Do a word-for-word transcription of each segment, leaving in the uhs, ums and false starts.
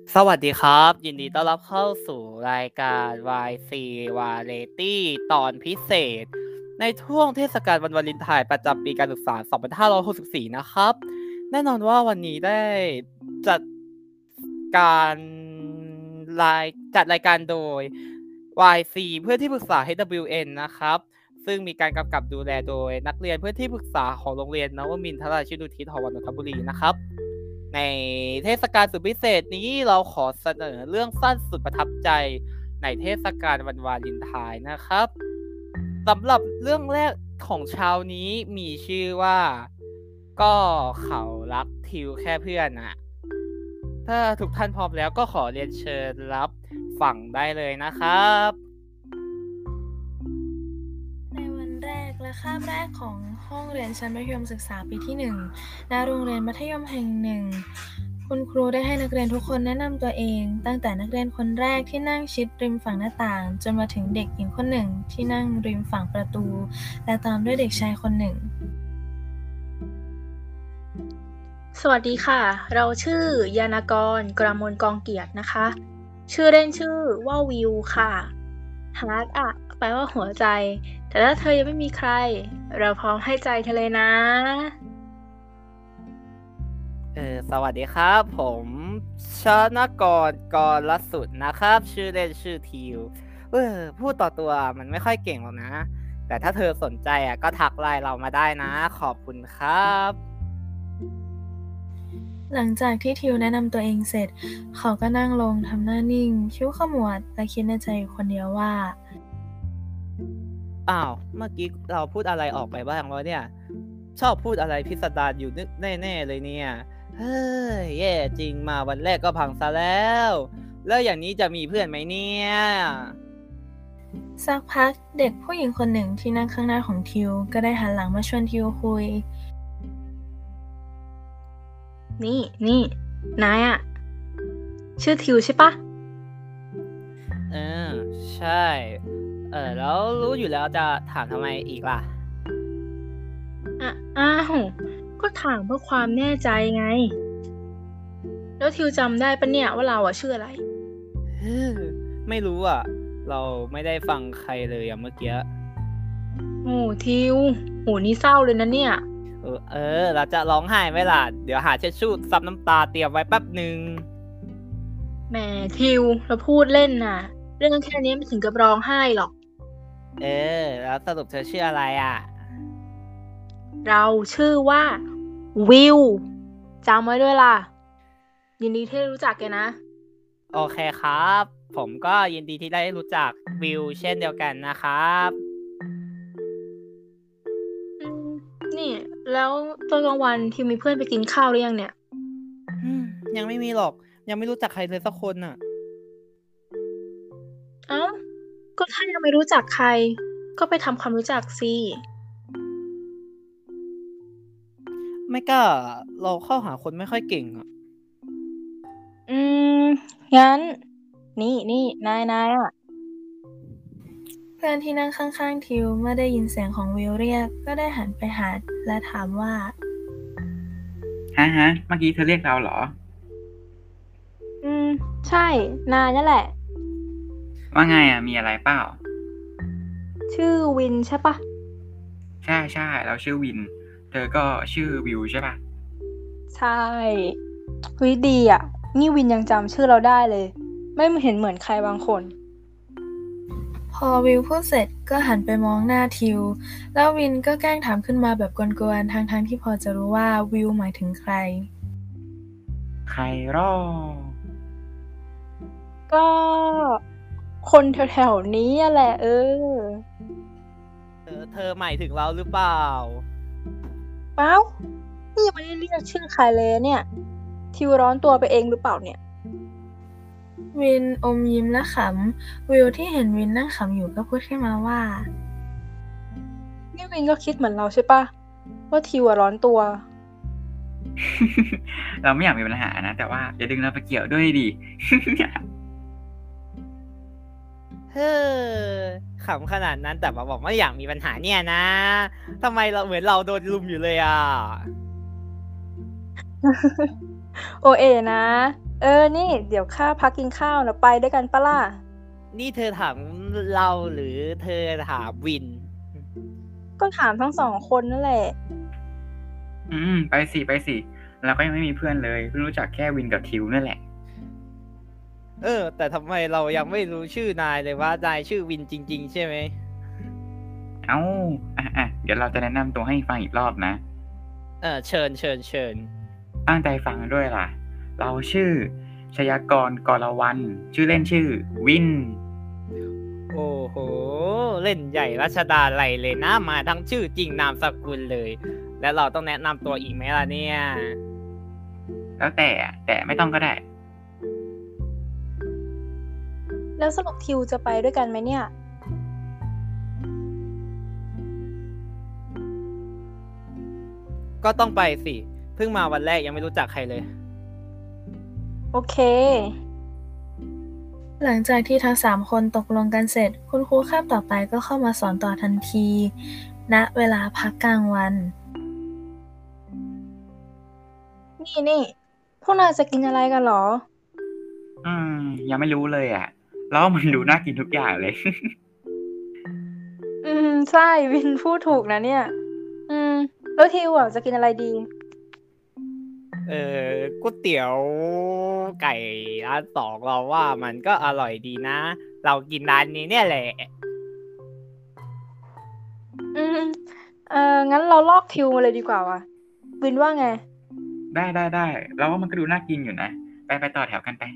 สวัสดีครับ ยินดีต้อนรับเข้าสู่รายการ วาย ซี Variety ตอนพิเศษ ในช่วงเทศกาลวันวาเลนไทน์ประจำปีการศึกษา สองพันห้าร้อยหกสิบสี่ นะครับ แน่นอนว่าวันนี้ได้จัดการรายจัดรายการโดย วาย ซี เพื่อนที่ปรึกษา เอช ดับเบิลยู เอ็น นะครับ ซึ่งมีการกำกับดูแลโดยนักเรียนเพื่อนที่ปรึกษาของโรงเรียนนวมินทราชินูทิศ หอ วัด นนทบุรีนะครับ ในเทศกาลสุดพิเศษนี้เราขอเสนอเรื่องสั้นสุดประทับใจในเทศกาลวันวาเลนไทน์นะครับสำหรับเรื่องแรกของเช้านี้มีชื่อว่าก็เขารักทิวแค่เพื่อนอะถ้าทุกท่านพร้อมแล้วก็ขอเรียนเชิญรับฟังได้เลยนะครับในวันแรกและคาบแรกของห้องเรียนชั้นมัธยมศึกษาปีที่หนึ่งณโรงเรียนมัธยมแห่งหนึ่งคุณครูได้ให้นักเรียนทุกคนแนะนำตัวเองตั้งแต่นักเรียนคนแรกที่นั่งชิดริมฝั่งหน้าต่างจนมาถึงเด็กหญิงคนหนึ่งที่นั่งริมฝั่งประตูและตามด้วยเด็กชายคนหนึ่งสวัสดีค่ะ เราชื่อยานากร กระมวลกองเกียรตินะคะ ชื่อเล่นชื่อว่าวิวค่ะฮาร์ดอะแปลว่าหัวใจ แต่ถ้าเธอยังไม่มีใคร เราพร้อมให้ใจเธอเลยนะเออสวัสดีครับ ผมชนกรกรสุดนะครับ ชื่อเล่นชื่อทิวเออพูดต่อตัวมันไม่ค่อยเก่งหรอกนะ แต่ถ้าเธอสนใจอ่ะก็ทักไลน์เรามาได้นะ ขอบคุณครับหลังจากที่ทิวแนะนำตัวเองเสร็จ เขาก็นั่งลงทำหน้านิ่ง คิ้วขมวดและคิดในใจอยู่คนเดียวว่าอ้าว เมื่อกี้เราพูดอะไรออกไปบ้างวะเนี่ย ชอบพูดอะไรพิสดารอยู่นึกแน่ๆเลยเนี่ย เฮ้ย แย่จริงมาวันแรกก็พังซะแล้ว แล้วอย่างนี้จะมีเพื่อนไหมเนี่ยสักพักเด็กผู้หญิงคนหนึ่งที่นั่งข้างหน้าของทิวก็ได้หันหลังมาชวนทิวคุยนี่นี่นายอะชื่อทิวใช่ปะเออ ใช่ เออ แล้วรู้อยู่แล้วจะถามทำไมอีกล่ะอ่ะอ้าวก็ถามเพื่อความแน่ใจไง แล้วทิวจำได้ปะเนี่ยว่าเราอะชื่ออะไรเฮ้อไม่รู้อ่ะ เราไม่ได้ฟังใครเลยอะเมื่อกี้โอ้ทิวโหนี่เศร้าเลยนะเนี่ยเออ เออ เราจะร้องไห้ไหมล่ะ เดี๋ยวหาเช็ดชู่ซับน้ำตาเตรียมไว้แป๊บหนึ่งแหมทิวเราพูดเล่นน่ะ เรื่องแค่นี้ไม่ถึงกับร้องไห้หรอกเออ แล้วสรุปเธอชื่ออะไรอ่ะเราชื่อว่าวิวจำไว้ด้วยล่ะ ยินดีที่ได้รู้จักแกนะโอเคครับ ผมก็ยินดีที่ได้รู้จักวิวเช่นเดียวกันนะครับอืมนี่แล้วตอนกลางวันทิวมีเพื่อนไปกินข้าวหรือยังเนี่ยอืมยังไม่มีหรอก ยังไม่รู้จักใครเลยสักคนน่ะเอ้าก็ถ้ายังไม่รู้จักใคร ก็ไปทำความรู้จักสิไม่กล้า เราเข้าหาคนไม่ค่อยเก่งอ่ะอืมงั้น นี่นี่นายนายอ่ะเพื่อนที่นั่งข้างๆทิวเมื่อได้ยินเสียงของวิวเรียกก็ได้หันไปหาและถามว่าฮะฮะเมื่อกี้เธอเรียกเราเหรออืม ใช่ นายนั่นแหละว่าไงอ่ะ มีอะไรเปล่าชื่อวินใช่ปะใช่ใช่เราชื่อวิน เธอก็ชื่อวิวใช่ปะใช่เฮ้ยดีอ่ะ นี่วินยังจำชื่อเราได้เลย ไม่เห็นเหมือนใครบางคนพอวิวพูดเสร็จก็หันไปมองหน้าทิว แล้ววินก็แกล้งถามขึ้นมาแบบกวนๆทั้งๆที่พอจะรู้ว่าวิวหมายถึงใครใครรอก็คนแถวๆนี้แหละ เออเออ เธอหมายถึงเราหรือเปล่าเป้านี่ยังไม่ได้เรียกชื่อใครเลยเนี่ย ทิวร้อนตัวไปเองหรือเปล่าเนี่ยวินอมยิ้มและขำ วิวที่เห็นวินนั่งขำอยู่ก็พูดขึ้นมาว่านี่วินก็คิดเหมือนเราใช่ปะว่าทิวร้อนตัวเราไม่อยากมีปัญหานะ แต่ว่าอย่าดึงเราไปเกี่ยวด้วยดิเฮ้อขำขนาดนั้นแต่มาบอกว่าอยากมีปัญหาเนี่ยนะทำไมเราเหมือนเราโดนลุมอยู่เลยอ่ะโอเอนะเออ นี่ เดี๋ยวข้าพักกินข้าวนะไปด้วยกันปะล่ะนี่เธอถามเราหรือเธอถามวินก็ถามทั้งสองคนนั่นแหละอืมไปสิไปสิเราก็ยังไม่มีเพื่อนเลยเพิ่งรู้จักแค่วินกับทิวนั่นแหละเออ แต่ทำไมเรายังไม่รู้ชื่อนายเลยว่านายชื่อวินจริง ๆ ใช่ไหมเอ้าอ่ะอ่ะเดี๋ยวเราจะแนะนำตัวให้ฟังอีกรอบนะเออเชิญเชิญเชิญตั้งใจฟังด้วยล่ะ เราชื่อชยากรกรวันชื่อเล่นชื่อ วินโอ้โห เล่นใหญ่รัชดาไหลเลยนะมาทั้งชื่อจริงนามสกุลเลย แล้วเราต้องแนะนำตัวอีกไหมล่ะเนี่ยแล้วแต่อะแต่ไม่ต้องก็ได้แล้วสรุปทิวจะไปด้วยกันไหมเนี่ยก็ต้องไปสิ เพิ่งมาวันแรกยังไม่รู้จักใครเลยโอเคหลังจากที่ทั้งสามคนตกลงกันเสร็จ คุณครูคาบต่อไปก็เข้ามาสอนต่อทันที ณ เวลาพักกลางวันนี่นี่พวกนายจะกินอะไรกันเหรออืม ยังไม่รู้เลยอ่ะ แล้วมันดูน่ากินทุกอย่างเลยอืม ใช่ วินพูดถูกนะเนี่ย อืม แล้วทิวอ่ะจะกินอะไรดีเออก๋วยเตี๋ยวไก่ร้านสองเราว่ามันก็อร่อยดีนะ เรากินร้านนี้เนี่ยแหละอืม เอองั้นเราลอกทิวมาเลยดีกว่าว่ะ วินว่าไงได้ได้ได้เราว่ามันก็ดูน่ากินอยู่นะ ไปไปต่อแถวกันไป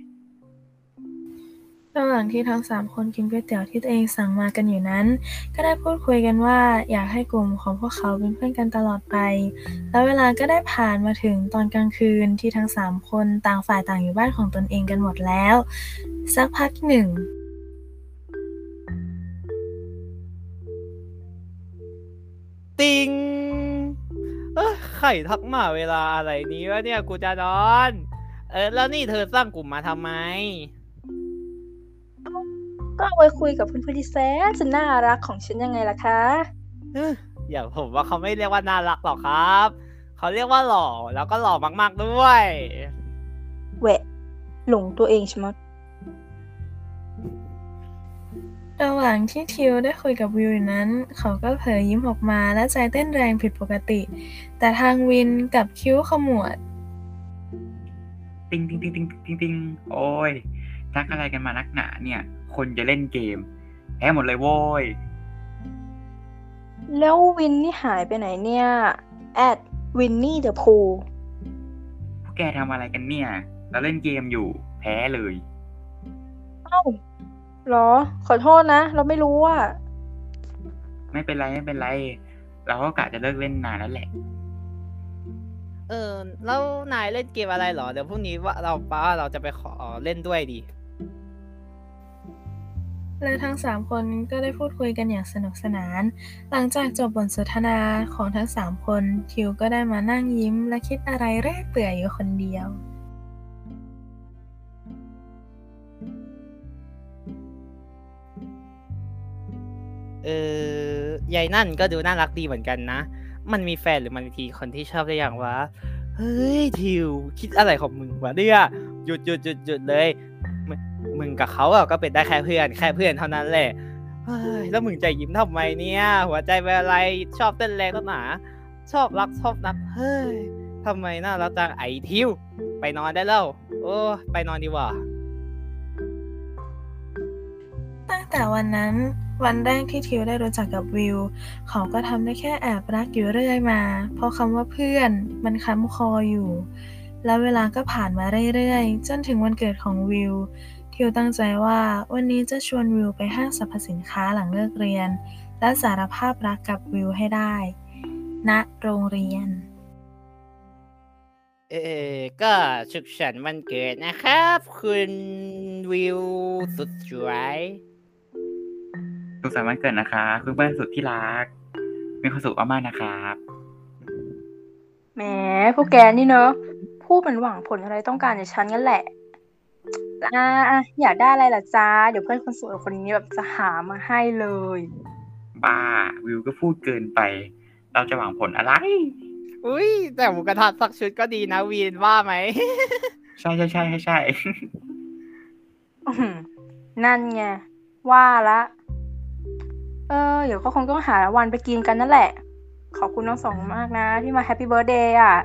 ระหว่างที่ทั้งสามคนกินก๋วยเตี๋ยวที่ตัวเองสั่งมากันอยู่นั้น ก็ได้พูดคุยกันว่าอยากให้กลุ่มของพวกเขาเป็นเพื่อนกันตลอดไป แล้วเวลาก็ได้ผ่านมาถึงตอนกลางคืนที่ทั้งสามคนต่างฝ่ายต่างอยู่บ้านของตนเองกันหมดแล้ว สักพักหนึ่งติงเอ้ยไข่ทักมาเวลาอะไรนี้วะเนี่ยกูจะนอน เออแล้วนี่เธอสร้างกลุ่มมาทำไมก็เอาไว้คุยกับเพื่อนๆที่แสนจะน่ารักของฉันยังไงล่ะคะเอ้ยอย่างผมว่าเขาไม่เรียกว่าน่ารักหรอกครับ เขาเรียกว่าหล่อแล้วก็หล่อมากๆด้วยแหวะ หลงตัวเองใช่ไหมะระหว่างที่ทิวได้คุยกับวิวอยู่นั้น เขาก็เผยยิ้มออกมาและใจเต้นแรงผิดปกติ แต่ทางวินกลับคิ้วขมวดติงติงติงติงติงติงโอ้ยทักอะไรกันมานักหนาเนี่ย คนจะเล่นเกมแพ้หมดเลยโว้ยแล้ววินนี่หายไปไหนเนี่ยแอดวินนี่เดอะพูพวกแกทำอะไรกันเนี่ย เราเล่นเกมอยู่ แพ้เลยเอ้าเหรอ ขอโทษนะ เราไม่รู้อ่ะไม่เป็นไรไม่เป็นไร เราก็กะจะเลิกเล่นนานแล้วแหละเออแล้วนายเล่นเกมอะไรเหรอ เดี๋ยวพรุ่งนี้ว่าเราป้าเราจะไปขอเล่นด้วยดีและทั้งสามคนก็ได้พูดคุยกันอย่างสนุกสนาน หลังจากจบบทสนทนาของทั้งสามคนทิวก็ได้มานั่งยิ้มและคิดอะไรเรื่อยเปื่อยอยู่คนเดียวเออยายนั่นก็ดูน่ารักดีเหมือนกันนะ มันมีแฟนหรือมันมีคนที่ชอบได้อย่างวะ เฮ้ยทิวคิดอะไรของมึงวะเนี่ยหยุดหยุดหยุดหยุดเลยมึงมึงกับเขาอะก็เป็นได้แค่เพื่อนแค่เพื่อนเท่านั้นแหละเฮ้ยแล้วมึงใจยิ้มทำไมเนี่ย หัวใจเป็นอะไรชอบเต้นแรงต้นหนาชอบรักชอบนักเฮ้ยทำไมน่ารักจังไอทิวไปนอนได้แล้วโอ้ไปนอนดีกว่าตั้งแต่วันนั้นวันแรกที่ทิวได้รู้จักกับวิว เขาก็ทำได้แค่แอบรักอยู่เรื่อยมา เพราะคำว่าเพื่อนมันค้ำคออยู่ แล้วเวลาก็ผ่านมาเรื่อยๆจนถึงวันเกิดของวิว ทิวตั้งใจว่าวันนี้จะชวนวิวไปห้างสรรพสินค้าหลังเลิกเรียน และสารภาพรักกับวิวให้ได้ ณ โรงเรียนเออก็สุขสันต์วันเกิดนะครับ คุณวิวสุดสวยสุขสันต์วันเกิดนะคะคุณเพื่อนสุดที่รัก มีความสุขมากๆนะครับแหม พวกแกนี่เนอะ พูดเหมือนหวังผลอะไรต้องการจากฉันงั้นแหละ อ่าอ่ะอยากได้อะไรล่ะจ้า เดี๋ยวเพื่อนคนสวยคนนี้แบบจะหามาให้เลยบ้า วิวก็พูดเกินไป เราจะหวังผลอะไรอุ้ยแต่หมูกระทะสักชุดก็ดีนะวีนว่าไหมใช่ใช่ใช่ใช่ใช่อื้อหือนั่นไง ว่าละ เออ เดี๋ยวก็คงต้องหาวันไปกินกันนั่นแหละ ขอบคุณทั้งสองมากนะ ที่มาแฮปปี้เบิร์ธเดย์อ่ะ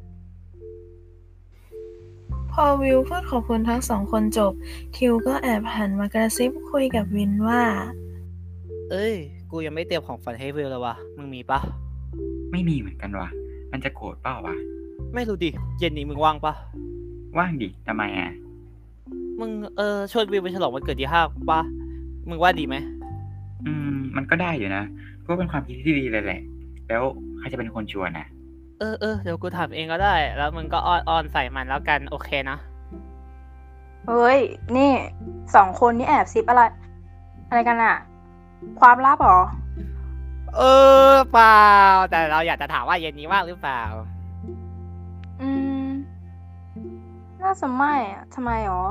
พอวิวพูดขอบคุณทั้งสองคนจบ ทิวก็แอบหันมากระซิบคุยกับวินว่าเอ้ย กูยังไม่เตรียมของฝันให้วิวเลยวะมึงมีปะไม่มีเหมือนกันวะมันจะโกรธเปล่าวะไม่รู้ดิ เย็นนี้มึงว่างปะว่างดิทำไมอ่ะมึงเออชวนวิวไปฉลองวันเกิดที่ห้างปะมึงว่าดีไหมอืม มันก็ได้อยู่นะก็เป็นความคิดที่ดีเลยแหละ แล้วใครจะเป็นคนชวนนะเออเออเดี๋ยวกูถามเองก็ได้ แล้วมึงก็อ้อนอ้อนใส่มันแล้วกันโอเคนะเฮ้ย นี่สองคนนี่แอบซิปอะไร อะไรกันอะความลับเหรอเออเปล่า แต่เราอยากจะถามว่าเย็นนี้ว่างหรือเปล่าอืม น่าจะไม่อะทำไมหรอ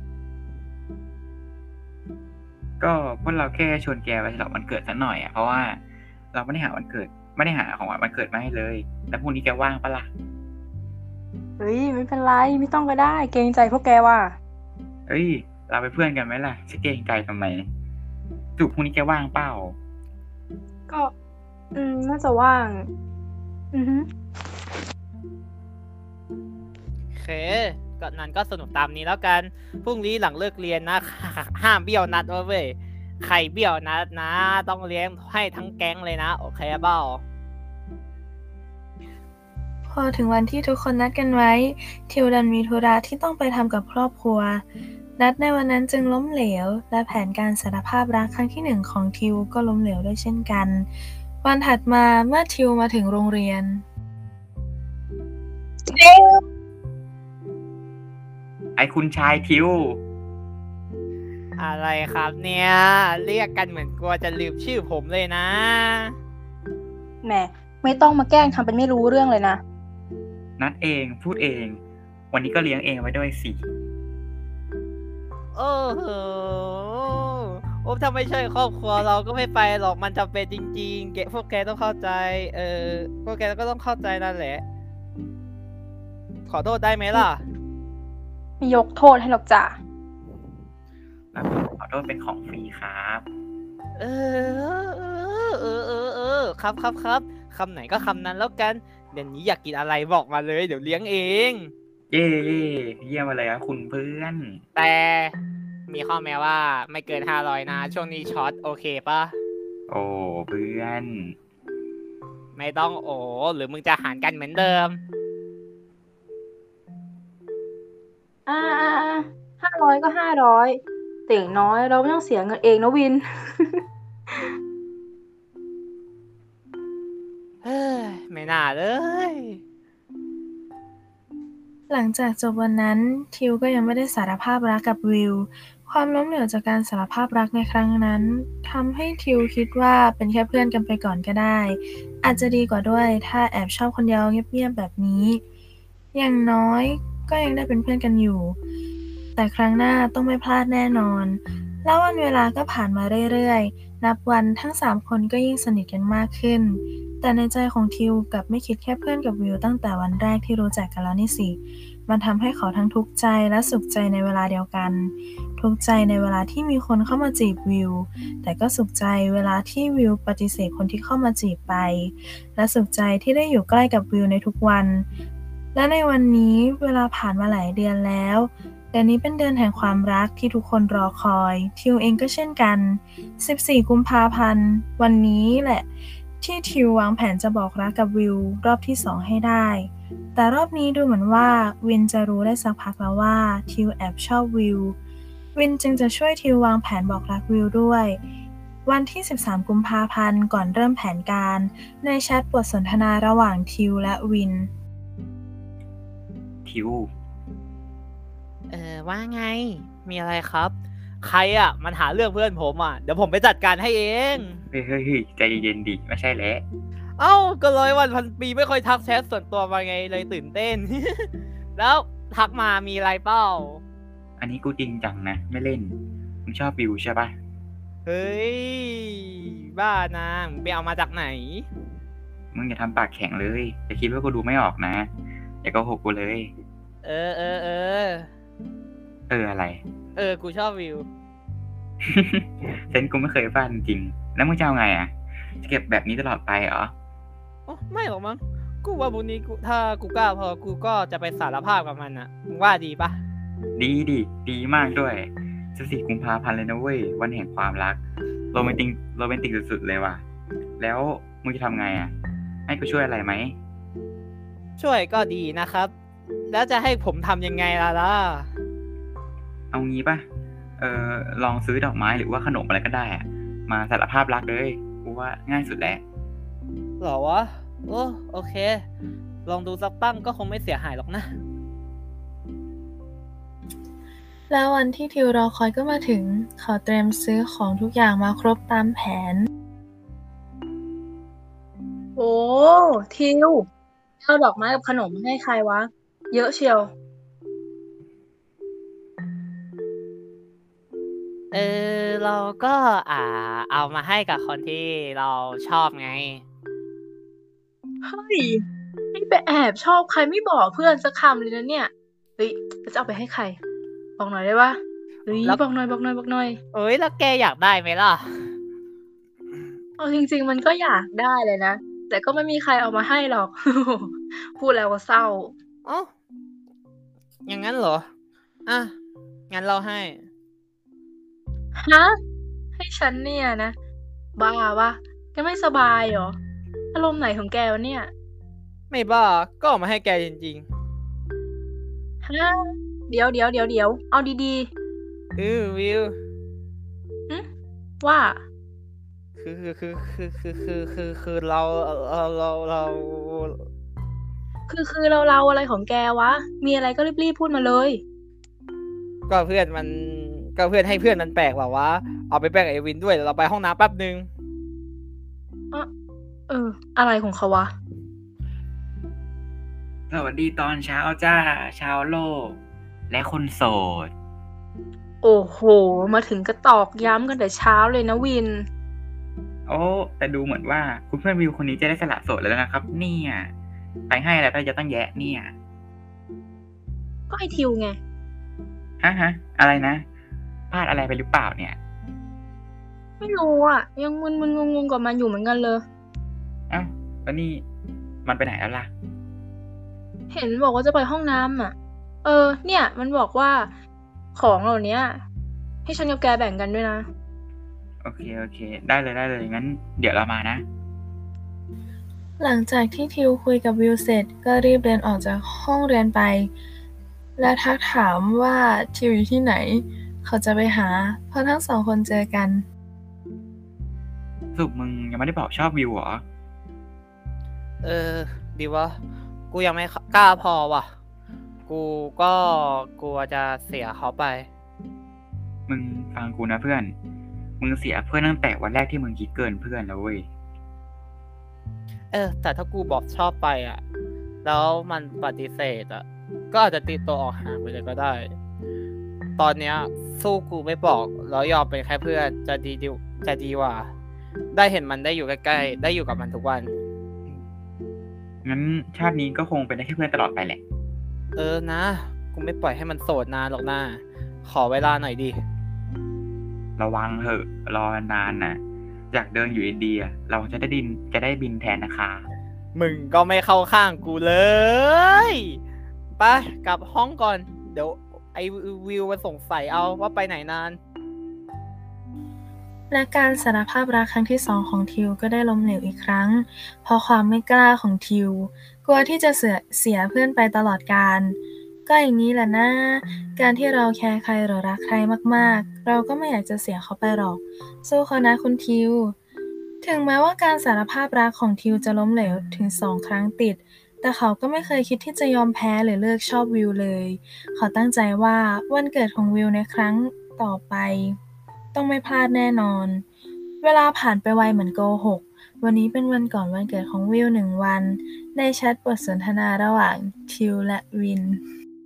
ก็พวกเราแค่ชวนแกไปฉลองวันเกิดสักหน่อยอ่ะ เพราะว่าเราไม่ได้หาวันเกิด ไม่ได้หาของวันเกิดมาให้เลย แล้วพรุ่งนี้แกว่างปะล่ะเฮ้ย ไม่เป็นไร ไม่ต้องก็ได้ เกรงใจพวกแกว่ะเอ้ย เราไปนเพื่อนกันไหมล่ะจะเกรงใจทำไมจุกพรุ่งนี้แกว่างเปล่าก็ อืม น่าจะว่าง อือฮึโอเคก็นั้นก็สนุกตามนี้แล้วกัน พรุ่งนี้หลังเลิกเรียนนะ ห้ามเบี้ยวนัดเว้ย ใครเบี้ยวนัดนะ ต้องเลี้ยงให้ทั้งแก๊งเลยนะ โอเคเปล่าพอถึงวันที่ทุกคนนัดกันไว้ ทิวดันมีธุระที่ต้องไปทำกับครอบครัว นัดในวันนั้นจึงล้มเหลว และแผนการสารภาพรักครั้งที่หนึ่งของทิวก็ล้มเหลวด้วยเช่นกัน วันถัดมาเมื่อทิวมาถึงโรงเรียนไอ้คุณชายทิวอะไรครับเนี่ย เรียกกันเหมือนกลัวจะลืมชื่อผมเลยนะแหม ไม่ต้องมาแกล้งทำเป็นไม่รู้เรื่องเลยนะนัดเองพูดเอง วันนี้ก็เลี้ยงเองไว้ด้วยสิโอ้โหโอ้ถ้าไม่ใช่ครอบครัวเราก็ไม่ไปหรอกมันจำเป็นจริงๆแกพวกแกต้องเข้าใจ เออพวกแกก็ต้องเข้าใจนั่นแหละ ขอโทษได้ไหมล่ะไม่ยกโทษให้หรอกจ้ะแล้วขอโทษเป็นของฟรีครับเออเออเออเออเออครับครับครับคำไหนก็คำนั้นแล้วกัน เดี๋ยวนี้อยากกินอะไรบอกมาเลย เดี๋ยวเลี้ยงเองเย่เย่เยี่ยมมาเลยครับคุณเพื่อนแต่มีข้อแม้ว่าไม่เกินห้าร้อยนะ ช่วงนี้ช็อตโอเคปะโอ้เพื่อนไม่ต้องโอ้หรือมึงจะหารกันเหมือนเดิมอ่าอ่าห้าร้อยก็ห้าร้อยแต่อย่างน้อยเราไม่ต้องเสียเงินเองนะวินเฮ้ยไม่น่าเลยหลังจากจบวันนั้น ทิวก็ยังไม่ได้สารภาพรักกับวิว ความล้มเหลวจากการสารภาพรักในครั้งนั้นทำให้ทิวคิดว่าเป็นแค่เพื่อนกันไปก่อนก็ได้ อาจจะดีกว่าด้วยถ้าแอบชอบคนเดียวเงียบๆแบบนี้ อย่างน้อยก็ยังได้เป็นเพื่อนกันอยู่ แต่ครั้งหน้าต้องไม่พลาดแน่นอน แล้ววันเวลาก็ผ่านมาเรื่อยๆ นับวันทั้งสามคนก็ยิ่งสนิทกันมากขึ้น แต่ในใจของทิวกลับไม่คิดแค่เพื่อนกับวิวตั้งแต่วันแรกที่รู้จักกันแล้วนี่สิ มันทำให้เขาทั้งทุกข์ใจและสุขใจในเวลาเดียวกัน ทุกข์ใจในเวลาที่มีคนเข้ามาจีบวิว แต่ก็สุขใจเวลาที่วิวปฏิเสธคนที่เข้ามาจีบไป และสุขใจที่ได้อยู่ใกล้กับวิวในทุกวัน และในวันนี้เวลาผ่านมาหลายเดือนแล้วเดือนนี้เป็นเดือนแห่งความรักที่ทุกคนรอคอย ทิวเองก็เช่นกัน สิบสี่ กุมภาพันธ์ วันนี้แหละที่ทิววางแผนจะบอกรักกับวิวรอบที่สองให้ได้ แต่รอบนี้ดูเหมือนว่าวินจะรู้ได้สักพักแล้วว่าทิวแอบชอบวิว วินจึงจะช่วยทิววางแผนบอกรักวิวด้วย วันที่ สิบสาม กุมภาพันธ์ก่อนเริ่มแผนการในแชทบทสนทนาระหว่างทิวและวินทิวเออว่าไง มีอะไรครับ ใครอ่ะ มันหาเรื่องเพื่อนผมอ่ะ เดี๋ยวผมไปจัดการให้เองเฮ้ยเฮ้ยเฮ้ยใจเย็นๆดิไม่ใช่แล้วเอ้าก็ร้อยวันพันปีไม่ค่อยทักแชทส่วนตัวมาไงเลยตื่นเต้น แล้วทักมามีอะไรเปล่าอันนี้กูจริงจังนะไม่เล่นมึงชอบวิวใช่ปะเฮ้ย บ้านะมึงไปเอามาจากไหนมึงอย่าทำปากแข็งเลยอย่าคิดว่ากูดูไม่ออกนะอย่าโกหกกูเลยเออเออเออเอออะไรเออ กูชอบวิวเซนกูไม่เคยพลาดจริงๆแล้วมึงจะเอาไงอ่ะ จะเก็บแบบนี้ตลอดไปเหรออ๋อ ไม่หรอกมั้ง กูว่าบุญนี้กูถ้ากูกล้าพอ กูก็จะไปสารภาพกับมันอ่ะ มึงว่าดีปะดีดิดีมากด้วยสิบสี่กุมภาพันธ์เลยนะเว้ย วันแห่งความรัก โรแมนติกโรแมนติกสุดๆเลยว่ะ แล้วมึงจะทำไงอ่ะ ให้กูช่วยอะไรไหมช่วยก็ดีนะครับ แล้วจะให้ผมทำยังไงล่ะล่ะเอางี้ป่ะ เออลองซื้อดอกไม้หรือว่าขนมอะไรก็ได้อะมาสารภาพรักเลย กูว่าง่ายสุดแล้วหรอวะ โอ้โอเค ลองดูสักตั้งก็คงไม่เสียหายหรอกนะแล้ววันที่ทิวรอคอยก็มาถึง เขาเตรียมซื้อของทุกอย่างมาครบตามแผนโอ้ทิวเอาดอกไม้กับขนมมาให้ใครวะ เยอะเชียวเออ เราก็อ่า เอามาให้กับคนที่เราชอบไงเฮ้ยนี่ไปแอบชอบใครไม่บอกเพื่อนสักคำเลยนะเนี่ย เฮ้ยแล้วจะเอาไปให้ใคร บอกหน่อยได้ปะเฮ้ยแล้วบอกหน่อยบอกหน่อยบอกหน่อยเอ้ย แล้วแกอยากได้ไหมล่ะเอาจริง ๆ มันก็อยากได้เลยนะ แต่ก็ไม่มีใครเอามาให้หรอก พูดแล้วก็เศร้าเอ้าอย่างนั้นเหรอ อ่ะ งั้นเราให้ฮะ ให้ฉันเนี่ยนะ บ้าวะแกไม่สบายเหรอ อารมณ์ไหนของแกวะเนี่ยไม่บ้า ก็เอามาให้แกจริงฮะ เดี๋ยวเดี๋ยวเดี๋ยวเดี๋ยวเอาดีๆ เออวิวๆหึว่าคือคือคือคือคือคือคือคือเราเราเราเราคือคือเราเราอะไรของแกวะ มีอะไรก็รีบๆพูดมาเลยก็เพื่อนมันก็เพื่อนให้เพื่อนมันแปลกเปล่าวะ เอาไปแปลกบไอวินด้วยเดี๋ยวเราไปห้องน้ำแป๊บนึงเออ อะไรของเขาวะสวัสดีตอนเช้าจ้า ชาวโลก และคนโสดโอ้โห มาถึงก็ตอกย้ำกันแต่เช้าเลยนะวินโอ้แต่ดูเหมือนว่าคุณเพื่อนวิวคนนี้จะได้สละโสดแล้วนะครับ เนี่ยไปให้อะไรก็จะต้องแยะเนี่ยก็ไอทิวไงฮะฮะอะไรนะพลาดอะไรไปหรือเปล่าเนี่ยไม่รู้อ่ะ ยังมึนๆงงๆกับมันอยู่เหมือนกันเลยเอ้าแล้วนี่มันไปไหนแล้วล่ะเห็นบอกว่าจะไปห้องน้ำอ่ะ เออ เนี่ย มันบอกว่าของเหล่านี้ให้ฉันกับแกแบ่งกันด้วยนะโอเคโอเค ได้เลยได้เลยงั้น เดี๋ยวเรามานะหลังจากที่ทิวคุยกับวิวเสร็จก็รีบเดินออกจากห้องเรียนไป และทักถามว่าทิวอยู่ที่ไหน เขาจะไปหาเพราะทั้งสองคนเจอกันสรุปมึงยังไม่ได้บอกชอบวิวเหรอเออ ดีวะ กูยังไม่กล้าพอว่ะ กูก็กลัวจะเสียเขาไปมึงฟังกูนะเพื่อน มึงเสียเพื่อนตั้งแต่วันแรกที่มึงคิดเกินเพื่อนแล้วเว้ยเออ แต่ถ้ากูบอกชอบไปอ่ะ แล้วมันปฏิเสธอ่ะ ก็อาจจะตีตัวออกห่างไปเลยก็ได้ ตอนเนี้ย สู้กูไม่บอกแล้วยอมเป็นแค่เพื่อนจะดีดิจะดีกว่า ได้เห็นมันได้อยู่ใกล้ๆได้อยู่กับมันทุกวันงั้นชาตินี้ก็คงเป็นได้แค่เพื่อนตลอดไปแหละเออนะ กูไม่ปล่อยให้มันโสดนานหรอกนะขอเวลาหน่อยดิระวังเถอะ รอนานน่ะ จากเดินอยู่อินเดีย เราจะได้ดินจะได้บินแทนนะคะมึงก็ไม่เข้าข้างกูเลย ไปกลับห้องก่อน เดี๋ยวไอวิวมันสงสัยเอาว่าไปไหนนานและการสารภาพรักครั้งที่สองของทิวก็ได้ล้มเหลวอีกครั้ง เพราะความไม่กล้าของทิว กลัวที่จะเสียเสียเพื่อนไปตลอดกาล ก็อย่างนี้แหละนะ การที่เราแคร์ใครหรือรักใครมากๆ เราก็ไม่อยากจะเสียเขาไปหรอก สู้เขานะคุณทิว ถึงแม้ว่าการสารภาพรักของทิวจะล้มเหลวถึงสองครั้งติด แต่เขาก็ไม่เคยคิดที่จะยอมแพ้หรือเลิกชอบวิวเลย เขาตั้งใจว่าวันเกิดของวิวในครั้งต่อไปต้องไม่พลาดแน่นอน เวลาผ่านไปไวเหมือนโกหก วันนี้เป็นวันก่อนวันเกิดของวิวหนึ่งวัน ในแชทบทสนทนาระหว่างทิวและวิน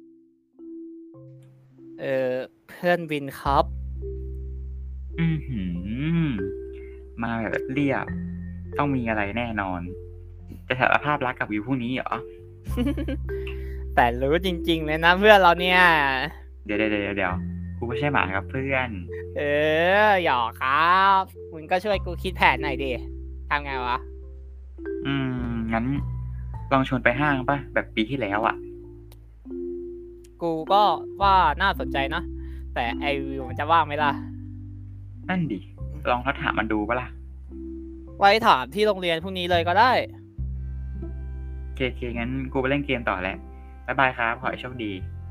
เออเพื่อนวินครับอือหือ มาแบบเรียบ ต้องมีอะไรแน่นอน จะสารภาพรักกับวิวพวกนี้เหรอสแต่รู้จริงๆเลยนะเพื่อนเราเนี่ยเดี๋ยวเดี๋ยวเดี๋ยวเดี๋ยวกูไม่ใช่หมาครับเพื่อนเออหยอกครับมึงก็ช่วยกูคิดแผนหน่อยดิทำไงวะอืมงั้นลองชวนไปห้างป่ะแบบปีที่แล้วอ่ะกูก็ว่าน่าสนใจนะแต่ไอวิวมันจะว่างไหมล่ะนั่นดิลองทักถามมันดูป่ะล่ะไว้ถามที่โรงเรียนพรุ่งนี้เลยก็ได้เคเคงั้นกูไปเล่นเกมต่อแล้วบ๊ายบายครับขอให้โชคดี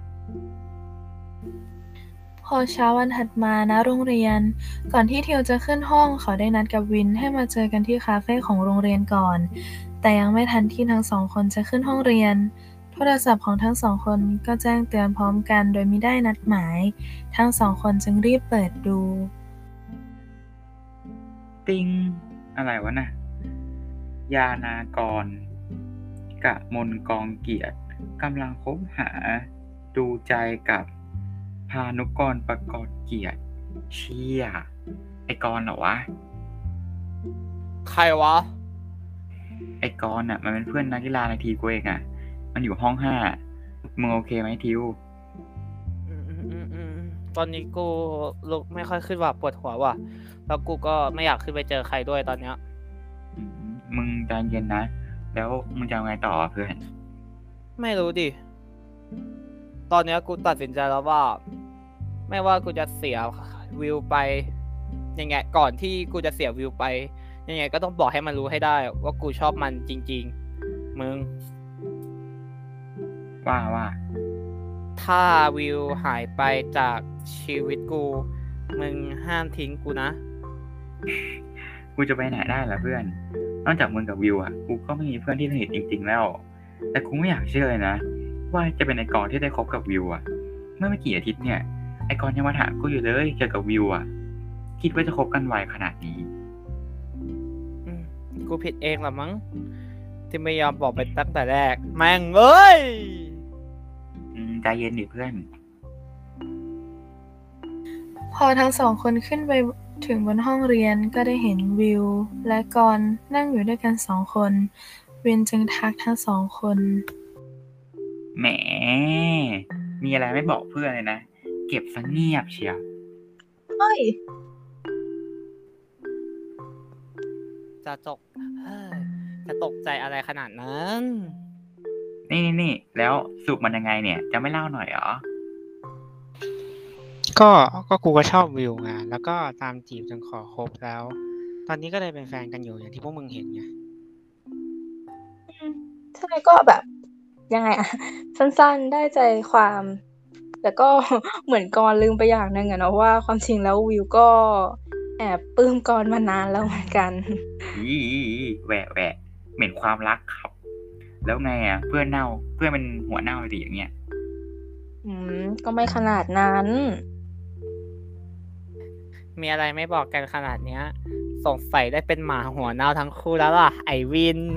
พอเช้าวันถัดมาณโรงเรียน ก่อนที่เทียวจะขึ้นห้องเขาได้นัดกับวินให้มาเจอกันที่คาเฟ่ของโรงเรียนก่อน แต่ยังไม่ทันที่ทั้งสองคนจะขึ้นห้องเรียน โทรศัพท์ของทั้งสองคนก็แจ้งเตือนพร้อมกันโดยมิได้นัดหมาย ทั้งสองคนจึงรีบเปิดดูติงอะไรวะน่ะ ยานากร กะมลกองเกียรติกำลังคบหา ดูใจกับพานุกรประกอบเกียรติเชี่ยไอกรเหรอวะใครวะไอกรน่ะมันเป็นเพื่อนนักกีฬาในทีมกูเองอ่ะ มันอยู่ห้องห้ามึงโอเคไหมทิวอืมอืมอืมอืมตอนนี้กูลุกไม่ค่อยขึ้นว่ะปวดหัวว่ะ แล้วกูก็ไม่อยากขึ้นไปเจอใครด้วยตอนเนี้ยอืมมึงใจเย็นนะ แล้วมึงจะเอาไงต่อเพื่อนไม่รู้ดิ ตอนเนี้ยกูตัดสินใจแล้วว่า ไม่ว่ากูจะเสียวิวไปยังไงก่อนที่กูจะเสียวิวไปยังไงก็ต้องบอกให้มันรู้ให้ได้ ว่ากูชอบมันจริงๆ มึงว่าว่าถ้าวิวหายไปจากชีวิตกู มึงห้ามทิ้งกูนะกูจะไปไหนได้ล่ะเพื่อน นอกจากมึงกับวิวอ่ะ กูก็ไม่มีเพื่อนที่สนิทจริงๆแล้ว แต่กูไม่อยากเชื่อเลยนะ ว่าจะเป็นไอกรที่ได้คบกับวิวอ่ะ เมื่อไม่กี่อาทิตย์เนี่ย ไอกรยังมาถามกูอยู่เลยเกี่ยวกับวิวอ่ะ คิดว่าจะคบกันไวขนาดนี้อืมกูผิดเองละมั้ง ที่ไม่ยอมบอกไปตั้งแต่แรก แม่งเอ้ยอืมใจเย็นดิเพื่อนพอทั้งสองคนขึ้นไปถึงบนห้องเรียนก็ได้เห็นวิวและกรณ์นั่งอยู่ด้วยกันสองคน วินจึงทักทั้งสองคนแหม มีอะไรไม่บอกเพื่อนเลยนะ เก็บซะเงียบเชียวเฮ้ยจะจกเฮ้ยจะตกใจอะไรขนาดนั้นนี่นี่นี่แล้วสรุปมันยังไงเนี่ย จะไม่เล่าหน่อยเหรอก็ก็กูก็ชอบวิวไงแล้วก็ตามจีบจนขอคบแล้ว ตอนนี้ก็เลยเป็นแฟนกันอยู่อย่างที่พวกมึงเห็นไงใช่ก็แบบ ยังไงอะ สั้นๆได้ใจความ แต่ก็ เหมือนกรลืมไปอย่างหนึ่งอะเนาะว่าความจริงแล้ววิวก็แอบปลื้มกรมานานแล้วเหมือนกันอีอีอีแหวะแหวะเหม็นความรักครับ แล้วไงอ่ะ เพื่อนเน่าเพื่อนเป็นหัวเน่าเลยดิอย่างเงี้ยอืม ก็ไม่ขนาดนั้นมีอะไรไม่บอกกันขนาดเนี้ย สงสัยได้เป็นหมาหัวเน่าทั้งคู่แล้วล่ะ ไอวิน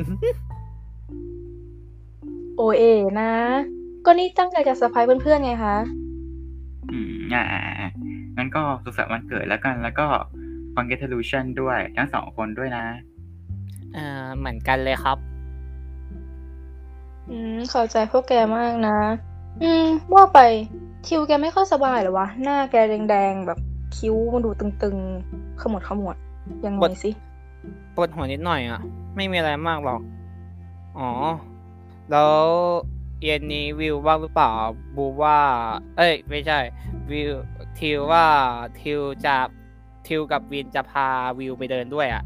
โอเอนะ ก็นี่ตั้งใจจะเซอร์ไพรส์เพื่อนๆไงคะอืมอ่าอ่าอ่างั้นก็สุขสันต์วันเกิดแล้วกัน แล้วก็ congratulation ด้วย ทั้งสองคนด้วยนะเอ่อเหมือนกันเลยครับอืมเข้าใจพวกแกมากนะ อืม ว่าไปทิวแกไม่ค่อยสบายเหรอวะ หน้าแกแดงๆ แบบคิ้วมันดูตึงๆ ขมวดขมวดยังไงปวดสิปวดหัวนิดหน่อยอ่ะ ไม่มีอะไรมากหรอก อ๋อ แล้วเย็นนี้วิวว่างหรือเปล่า บูว่า เอ้ย ไม่ใช่ วิวทิวว่าทิวจะทิวกับวินจะพาวิวไปเดินด้วยอ่ะ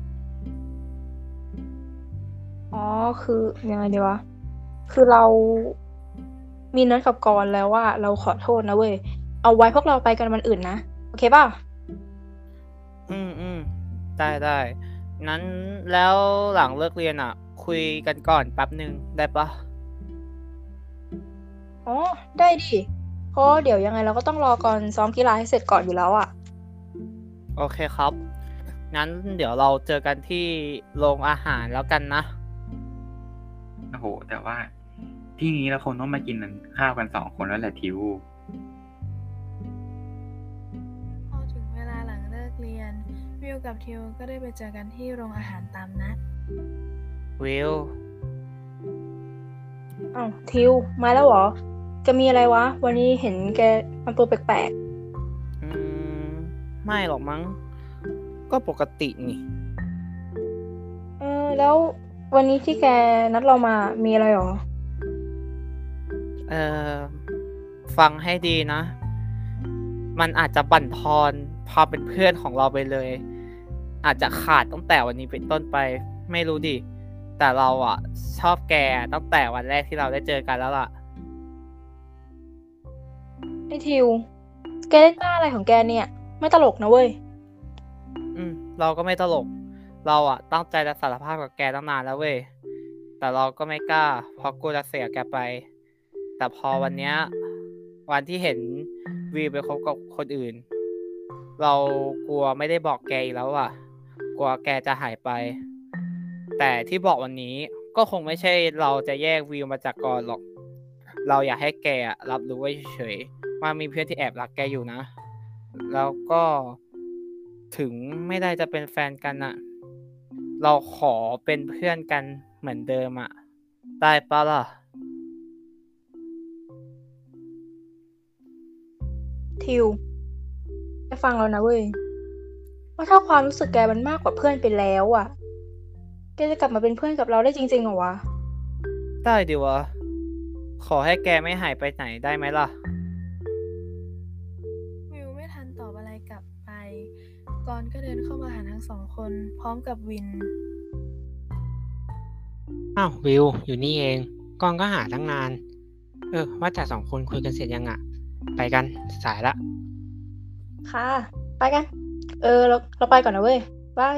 อ๋อ คือยังไงดีวะ คือเรามีนัดกับกรแล้วว่าเราขอโทษนะเว้ย เอาไว้พวกเราไปกันวันอื่นนะ โอเคป่ะอืมอืมได้ได้นั้นแล้วหลังเลิกเรียนอ่ะ คุยกันก่อนแป๊บหนึ่งได้ปะอ๋อ ได้ดิ เพราะเดี๋ยวยังไงเราก็ต้องรอก่อนซ้อมกีฬาให้เสร็จก่อนอยู่แล้วอ่ะโอเคครับ งั้นเดี๋ยวเราเจอกันที่โรงอาหารแล้วกันนะโอ้โห แต่ว่า ที่นี้เราคงต้องมากินข้าวกันสองคนแล้วแหละทิวพอถึงเวลาหลังเลิกเรียน วิวกับทิวก็ได้ไปเจอกันที่โรงอาหารตามนัดวิวอ้าวทิว มาแล้วเหรอจะมีอะไรวะ วันนี้เห็นแกทำตัวแปลกอืม ไม่หรอกมั้ง ก็ปกตินี่ๆ เออ แล้ววันนี้ที่แกนัดเรามามีอะไรหรอ? เอ่อ ฟังให้ดีนะ มันอาจจะบั่นทอนความเป็นเพื่อนของเราไปเลย อาจจะขาดตั้งแต่วันนี้เป็นต้นไป ไม่รู้ดิ แต่เราอะชอบแกตั้งแต่วันแรกที่เราได้เจอกันแล้วล่ะไอ้ทิว แกเล่นบ้าอะไรของแกเนี่ย ไม่ตลกนะเว้ยอืม เราก็ไม่ตลก เราอะตั้งใจจะสารภาพกับแกตั้งนานแล้วเว้ย แต่เราก็ไม่กล้า เพราะกลัวจะเสียแกไป แต่พอวันเนี้ย วันที่เห็นวิวไปคบกับคนอื่น เรากลัวไม่ได้บอกแกอีกแล้วอะ กลัวแกจะหายไป แต่ที่บอกวันนี้ก็คงไม่ใช่เราจะแยกวิวมาจากกรหรอก เราอยากให้แกอะรับรู้ไว้เฉยๆ ว่ามีเพื่อนที่แอบรักแกอยู่นะ แล้วก็ถึงไม่ได้จะเป็นแฟนกันน่ะ เราขอเป็นเพื่อนกันเหมือนเดิมอะ ได้เปล่าล่ะ? ทิว แกฟังเรานะเว้ย ว่าถ้าความรู้สึกแกมันมากกว่าเพื่อนไปแล้วอะ แกจะกลับมาเป็นเพื่อนกับเราได้จริง ๆ เหรอวะ? ได้ดิวะ ขอให้แกไม่หายไปไหนได้ไหมล่ะ? วิวไม่ทันตอบอะไรกลับไป กรก็เดินเข้ามาหาทั้งสองคนพร้อมกับวินอ้าว วิว อยู่นี่เอง กรก็หาตั้งนาน เออ ว่าแต่สองคนคุยกันเสร็จยังอะ? ไปกัน สายแล้วค่ะ ไปกัน เออ เรา เราไปก่อนนะเว้ย บาย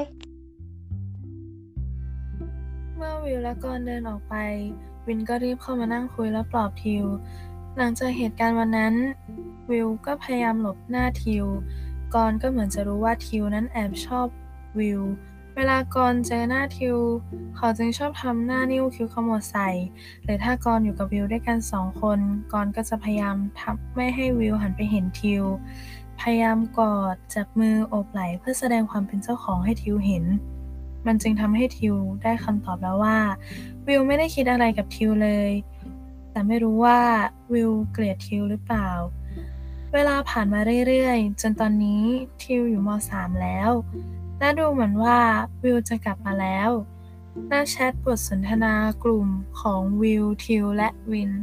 เมื่อวิวและกรเดินออกไป วินก็รีบเข้ามานั่งคุยและปลอบทิว หลังจากเหตุการณ์วันนั้น วิวก็พยายามหลบหน้าทิว กรก็เหมือนจะรู้ว่าทิวนั้นแอบชอบวิว เวลากรเจอหน้าทิว เขาจึงชอบทำหน้านิ้วคิ้วขมวดใส่ หรือถ้ากรอยู่กับวิวด้วยกันสองคน กรก็จะพยายามทำไม่ให้วิวหันไปเห็นทิว พยายามกอด จับมือ โอบไหล่เพื่อแสดงความเป็นเจ้าของให้ทิวเห็น มันจึงทำให้ทิวได้คำตอบแล้วว่า วิวไม่ได้คิดอะไรกับทิวเลย แต่ไม่รู้ว่าวิวเกลียดทิวหรือเปล่า เวลาผ่านมาเรื่อยๆ จนตอนนี้ทิวอยู่ ม. สาม แล้ว และดูเหมือนว่าวิวจะกลับมาแล้ว หน้าแชตบทสนทนากลุ่มของวิว ทิว และวิน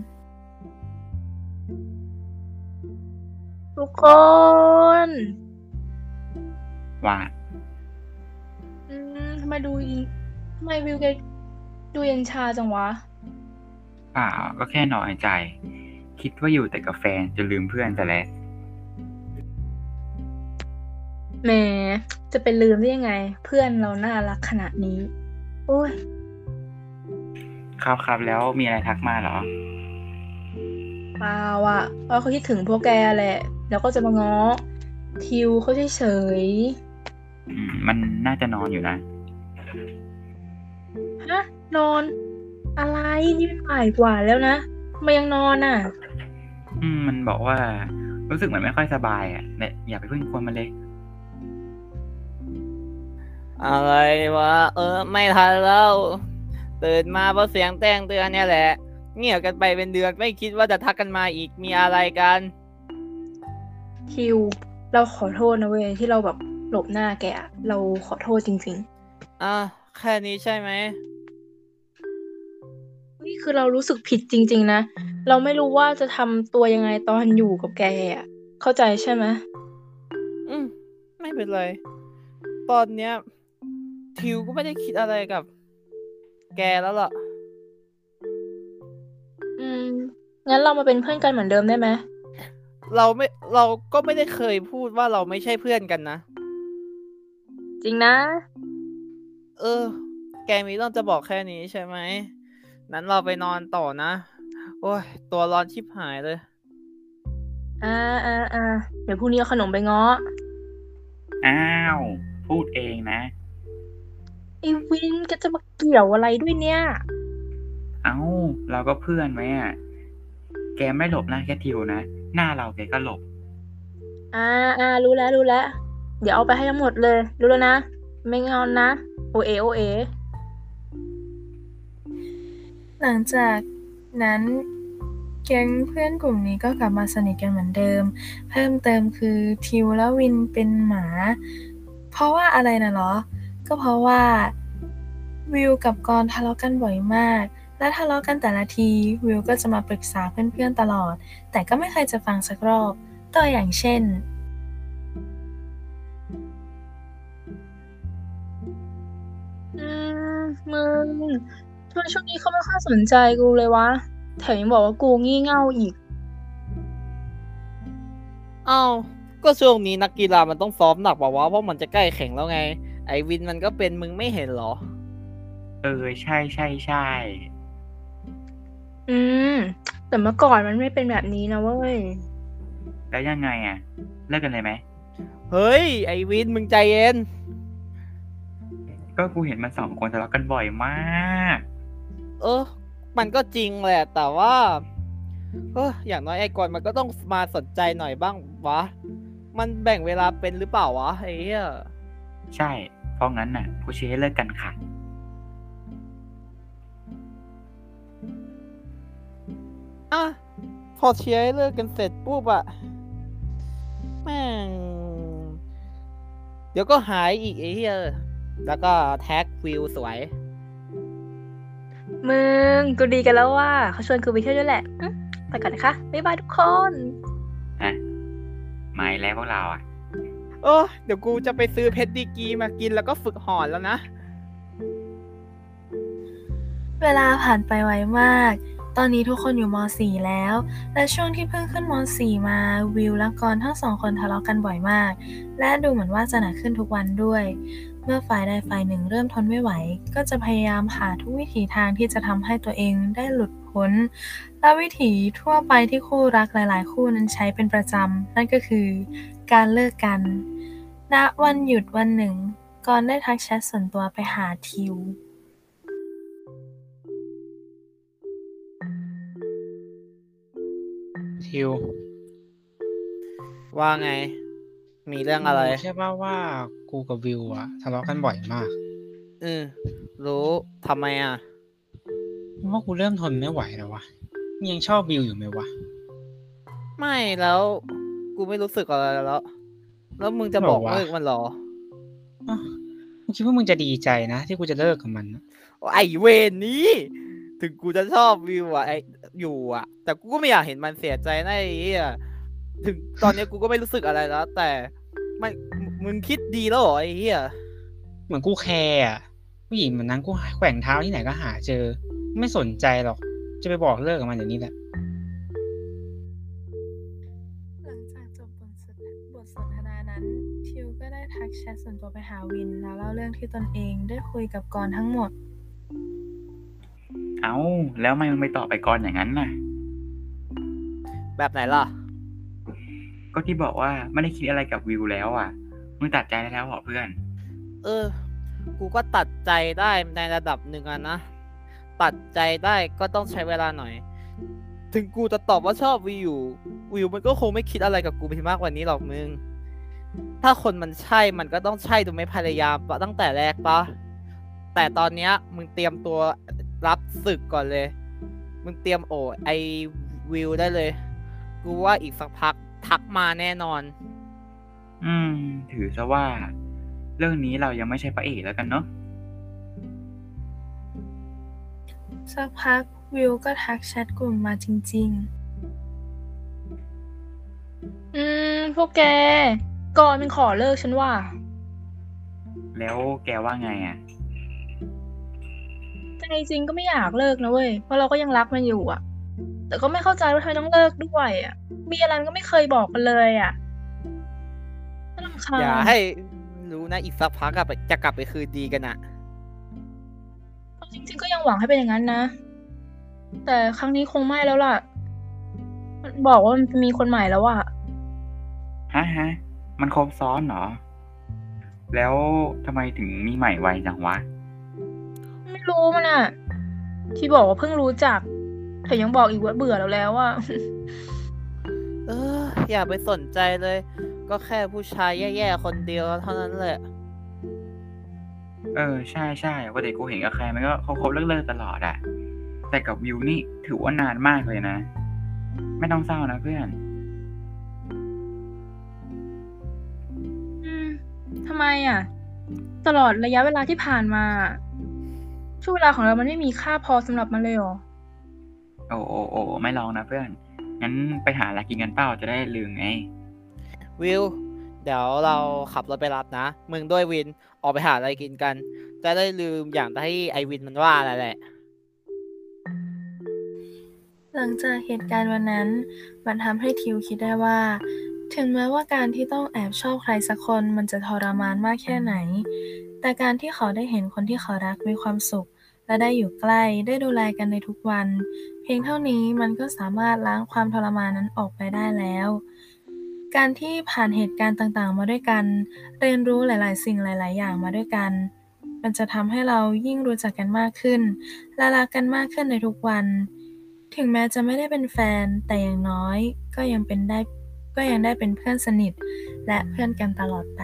ทุกคนว่า? อืม ทำไมดูอี ทำไมวิวแกดูเย็นชาจังวะ? เปล่า ก็แค่น้อยใจ คิดว่าอยู่แต่กับแฟนจนลืมเพื่อนเสียแล้วแหม จะไปลืมได้ยังไง เพื่อนเราน่ารักขนาดนี้ โอ๊ยครับ ๆ แล้วมีอะไรทักมาเหรอ? เปล่าอะ ก็เขาคิดถึงพวกแกแหละ แล้วก็จะมาง้อ ทิวเขาเฉย ๆอืม มันน่าจะนอนอยู่นะฮะ นอน อะไร นี่มันบ่ายกว่าแล้วนะ ทำไมยังนอนอะ? อืม มันบอกว่า รู้สึกเหมือนไม่ค่อยสบายอะ เนี่ย อย่าไปเพิ่งกวนมันเลยอะไรวะ เออ ไม่ทันแล้ว ตื่นมาเพราะเสียงแจ้งเตือนเนี่ยแหละ เงียบกันไปเป็นเดือน ไม่คิดว่าจะทักกันมาอีก มีอะไรกัน? ทิว เราขอโทษนะเว้ย ที่เราแบบหลบหน้าแกอะ เราขอโทษจริง ๆอา แค่นี้ใช่ไหม? นี่คือเรารู้สึกผิดจริง ๆ นะ เราไม่รู้ว่าจะทำตัวยังไงตอนอยู่กับแกอะ เข้าใจใช่ไหม? อืม ไม่เป็นไร ตอนเนี้ย ทิวก็ไม่ได้คิดอะไรกับแกแล้วล่ะอืม งั้นเรามาเป็นเพื่อนกันเหมือนเดิมได้ไหม? เราไม่ เราก็ไม่ได้เคยพูดว่าเราไม่ใช่เพื่อนกันนะจริงนะ? เออ แกมีเรื่องจะบอกแค่นี้ใช่ไหม? งั้นเราไปนอนต่อนะ โอ๊ย ตัวร้อนชิบหายเลยอา ๆ ๆ เดี๋ยวพรุ่งนี้เอาขนมไปง้ออ้าว พูดเองนะไอ้วิน แกจะมาเกี่ยวอะไรด้วยเนี่ย? อ้าว เราก็เพื่อนไหมอะ แกไม่หลบหน้าแค่ทิวนะ หน้าเราแกก็หลบอา ๆ รู้แล้ว ๆ เดี๋ยวเอาไปให้ทั้งหมดเลย รู้แล้วนะ ไม่งอนนะ โอเอ๋ ๆหลังจากนั้นแก๊งเพื่อนกลุ่มนี้ก็กลับมาสนิทกันเหมือนเดิม เพิ่มเติมคือทิวและวินเป็นหมา เพราะว่าอะไรน่ะเหรอ ก็เพราะว่าวิวกับกรณ์ทะเลาะกันบ่อยมาก และทะเลาะกันแต่ละทีวิวก็จะมาปรึกษาเพื่อนๆตลอด แต่ก็ไม่เคยจะฟังสักรอบ ตัวอย่างเช่นอืมมึงทำไมช่วงนี้เขาไม่ค่อยสนใจกูเลยวะ แถมยังบอกว่ากูงี่เง่าอีกอ้าวก็ช่วงนี้นักกีฬามันต้องซ้อมหนักกว่าวะเพราะมันจะใกล้แข่งแล้วไง ไอวินมันก็เป็นมึงไม่เห็นเหรอเออใช่ใช่ใช่อืม แต่เมื่อก่อนมันไม่เป็นแบบนี้นะเว้ยแล้วยังไงอ่ะเลิกกันเลยไหมเฮ้ย ไอวินมึงใจเย็นก็กูเห็นมันสองคนทะเลาะกันบ่อยมากเออ มันก็จริงแหละ แต่ว่าเอออย่างน้อยไอ้กอนมันก็ต้องมาสนใจหน่อยบ้างวะ มันแบ่งเวลาเป็นหรือเปล่าวะไอ้เหี้ยใช่เพราะงั้นน่ะกูเชียร์ให้เลิกกันค่ะอ่ะพอเชียร์ให้เลิกกันเสร็จปุ๊บอะแม่ง เดี๋ยวก็หายอีกไอ้เหี้ย แล้วก็แท็กวิวสวยมึงกูดีกันแล้วว่าเขาชวนกูไปเที่ยวด้วยแหละอืมไปก่อนนะคะ บ๊ายบายทุกคนอ่ะไม่แล้วพวกเราอ่ะเออเดี๋ยวกูจะไปซื้อเพชรดีกรีมากินแล้วก็ฝึกหอนแล้วนะเวลาผ่านไปไวมาก ตอนนี้ทุกคนอยู่ม .สี่ แล้ว และช่วงที่เพิ่งขึ้นม .สี่ มาวิวและกรณ์ทั้งสองคนทะเลาะกันบ่อยมาก และดูเหมือนว่าจะหนักขึ้นทุกวันด้วย เมื่อฝ่ายใดฝ่ายหนึ่งเริ่มทนไม่ไหว ก็จะพยายามหาทุกวิถีทางที่จะทำให้ตัวเองได้หลุดพ้น และวิถีทั่วไปที่คู่รักหลาย ๆ คู่นั้นใช้เป็นประจำ นั่นก็คือการเลิกกัน ณ วันหยุดวันหนึ่ง กรณ์ได้ทักแชทส่วนตัวไปหาทิวทิวว่าไง มีเรื่องอะไรรู้ใช่ป่ะว่ากูกับวิวอะทะเลาะกันบ่อยมากอืมรู้ทำไมอ่ะว่ากูเริ่มทนไม่ไหวแล้ววะมึงยังชอบวิวอยู่ไหมวะไม่แล้ว กูไม่รู้สึกอะไรแล้ว แล้วมึงจะบอกบอกว่าเลิกมันเหรออ้าวมึงคิดว่ามึงจะดีใจนะ ที่กูจะเลิกกับมันนะไอเวรนี้ ถึงกูจะชอบวิวอะไออยู่อะแต่กูก็ไม่อยากเห็นมันเสียใจนะไอ้เหี้ยถึงตอนนี้กูก็ไม่รู้สึกอะไรแล้ว แต่มันมึงคิดดีแล้วเหรอไอ้เหี้ยเหมือนกูแคร์อะผู้หญิงเหมือนนั้นกูแขว่งเท้าที่ไหนก็หาเจอ ไม่สนใจหรอก จะไปบอกเลิกกับมันอย่างนี้แหละหลังจากจบบทสนบทสนทนานั้น ทิวก็ได้ทักแชทส่วนตัวไปหาวิน แล้วเล่าเรื่องที่ตนเองได้คุยกับกรณ์ทั้งหมดเอ้าแล้วทำไมมึงไปต่อไปก่อนอย่างนั้นน่ะแบบไหนล่ะก็ที่บอกว่าไม่ได้คิดอะไรกับวิวแล้วอ่ะมึงตัดใจได้แล้วเหรอเพื่อนเออ กูก็ตัดใจได้ในระดับหนึ่งอะนะ ตัดใจได้ก็ต้องใช้เวลาหน่อย ถึงกูจะตอบว่าชอบวิว วิวมันก็คงไม่คิดอะไรกับกูไปมากกว่านี้หรอกมึง ถ้าคนมันใช่ มันก็ต้องใช่โดยไม่พยายามปะตั้งแต่แรกปะ แต่ตอนเนี้ยมึงเตรียมตัวรับศึกก่อนเลย มึงเตรียมโอ้ไอวิวได้เลย กูว่าอีกสักพักทักมาแน่นอนอืม ถือซะว่า เรื่องนี้เรายังไม่ใช่พระเอกแล้วกันเนาะสักพักวิวก็ทักแชทกลุ่มมาจริงอืม พวกแกกรณ์มันขอเลิกฉันว่าแล้วแกว่าไงอ่ะใจจริงก็ไม่อยากเลิกนะเว้ย เพราะเราก็ยังรักมันอยู่อะ แต่ก็ไม่เข้าใจว่าทำไมต้องเลิกด้วยอะมีอะไรก็ไม่เคยบอกกันเลยอะน่ารำคาญอย่าให้รู้นะอีกสักพักอะจะกลับไปคืนดีกันอะจริงๆก็ยังหวังให้เป็นอย่างนั้นนะ แต่ครั้งนี้คงไม่แล้วล่ะ มันบอกว่ามันมีคนใหม่แล้วอะฮะฮะ มันครบซ้อนเหรอ แล้วทำไมถึงมีใหม่ไวจังวะไม่รู้มันอะที่บอกว่าเพิ่งรู้จักแต่ยังบอกอีกว่าเบื่อแล้วแล้วอะเอออย่าไปสนใจเลย ก็แค่ผู้ชายแย่ๆคนเดียวเท่านั้นแหละเออใช่ใช่ปกติกูเห็นกับใครมันก็คบๆเลิกๆตลอดอะแต่กับวิวนี่ถือว่านานมากเลยนะไม่ต้องเศร้านะเพื่อนอืมทำไมอ่ะ ตลอดระยะเวลาที่ผ่านมา ช่วงเวลาของเรามันไม่มีค่าพอสำหรับมันเลยเหรอโอ้โอ้โอ้ไม่ลองนะเพื่อน งั้นไปหาอะไรกินกันเปล่าจะได้ลืมไงวิว เดี๋ยวเราขับรถไปรับนะ มึงด้วยวิน ออกไปหาอะไรกินกัน จะได้ลืมอย่างที่ไอวินมันว่านั่นแหละหลังจากเหตุการณ์วันนั้น มันทำให้ทิวคิดได้ว่า ถึงแม้ว่าการที่ต้องแอบชอบใครสักคนมันจะทรมานมากแค่ไหน แต่การที่เขาได้เห็นคนที่เขารักมีความสุข และได้อยู่ใกล้ได้ดูแลกันในทุกวัน เพียงเท่านี้มันก็สามารถล้างความทรมานนั้นออกไปได้แล้ว การที่ผ่านเหตุการณ์ต่างๆมาด้วยกัน เรียนรู้หลายๆสิ่งหลายๆอย่างมาด้วยกัน มันจะทำให้เรายิ่งรู้จักกันมากขึ้น และรักกันมากขึ้นในทุกวัน ถึงแม้จะไม่ได้เป็นแฟน แต่อย่างน้อยก็ยังเป็นได้ก็ยังได้เป็นเพื่อนสนิท และเพื่อนกันตลอดไป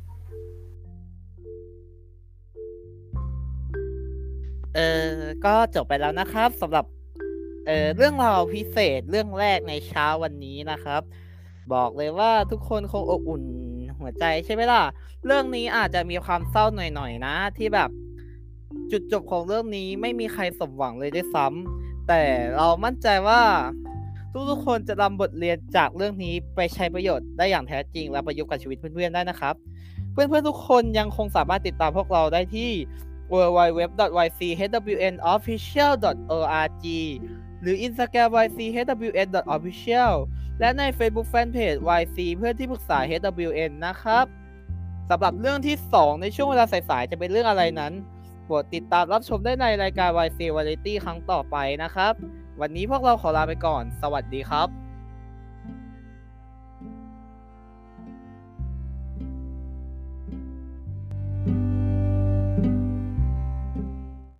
เออก็จบไปแล้วนะครับสำหรับเออเรื่องราวพิเศษเรื่องแรกในเช้าวันนี้นะครับ บอกเลยว่าทุกคนคงอบอุ่นหัวใจใช่ไหมล่ะ เรื่องนี้อาจจะมีความเศร้าหน่อยๆนะที่แบบจุดจบของเรื่องนี้ไม่มีใครสมหวังเลยด้วยซ้ำแต่เรามั่นใจว่าทุกๆคนจะนำบทเรียนจากเรื่องนี้ไปใช้ประโยชน์ได้อย่างแท้จริงและประยุกต์กับชีวิตเพื่อนๆได้นะครับ เพื่อนๆทุกคนยังคงสามารถติดตามพวกเราได้ที่ ดับเบิลยู ดับเบิลยู ดับเบิลยู ดอท วาย ซี เอช ดับเบิลยู เอ็น ออฟฟิเชียล ดอท โอ อาร์ จี หรือ Instagram วาย ซี เอช ดับเบิลยู เอ็น ดอท ออฟฟิเชียล และใน Facebook Fanpage วาย ซี เพื่อนที่ปรึกษา เอช ดับเบิลยู เอ็น นะครับสำหรับเรื่องที่สองในช่วงเวลาสายๆจะเป็นเรื่องอะไรนั้นโปรดติดตามรับชมได้ในรายการ วาย ซี Variety ครั้งต่อไปนะครับ วันนี้พวกเราขอลาไปก่อน สวัสดีครับ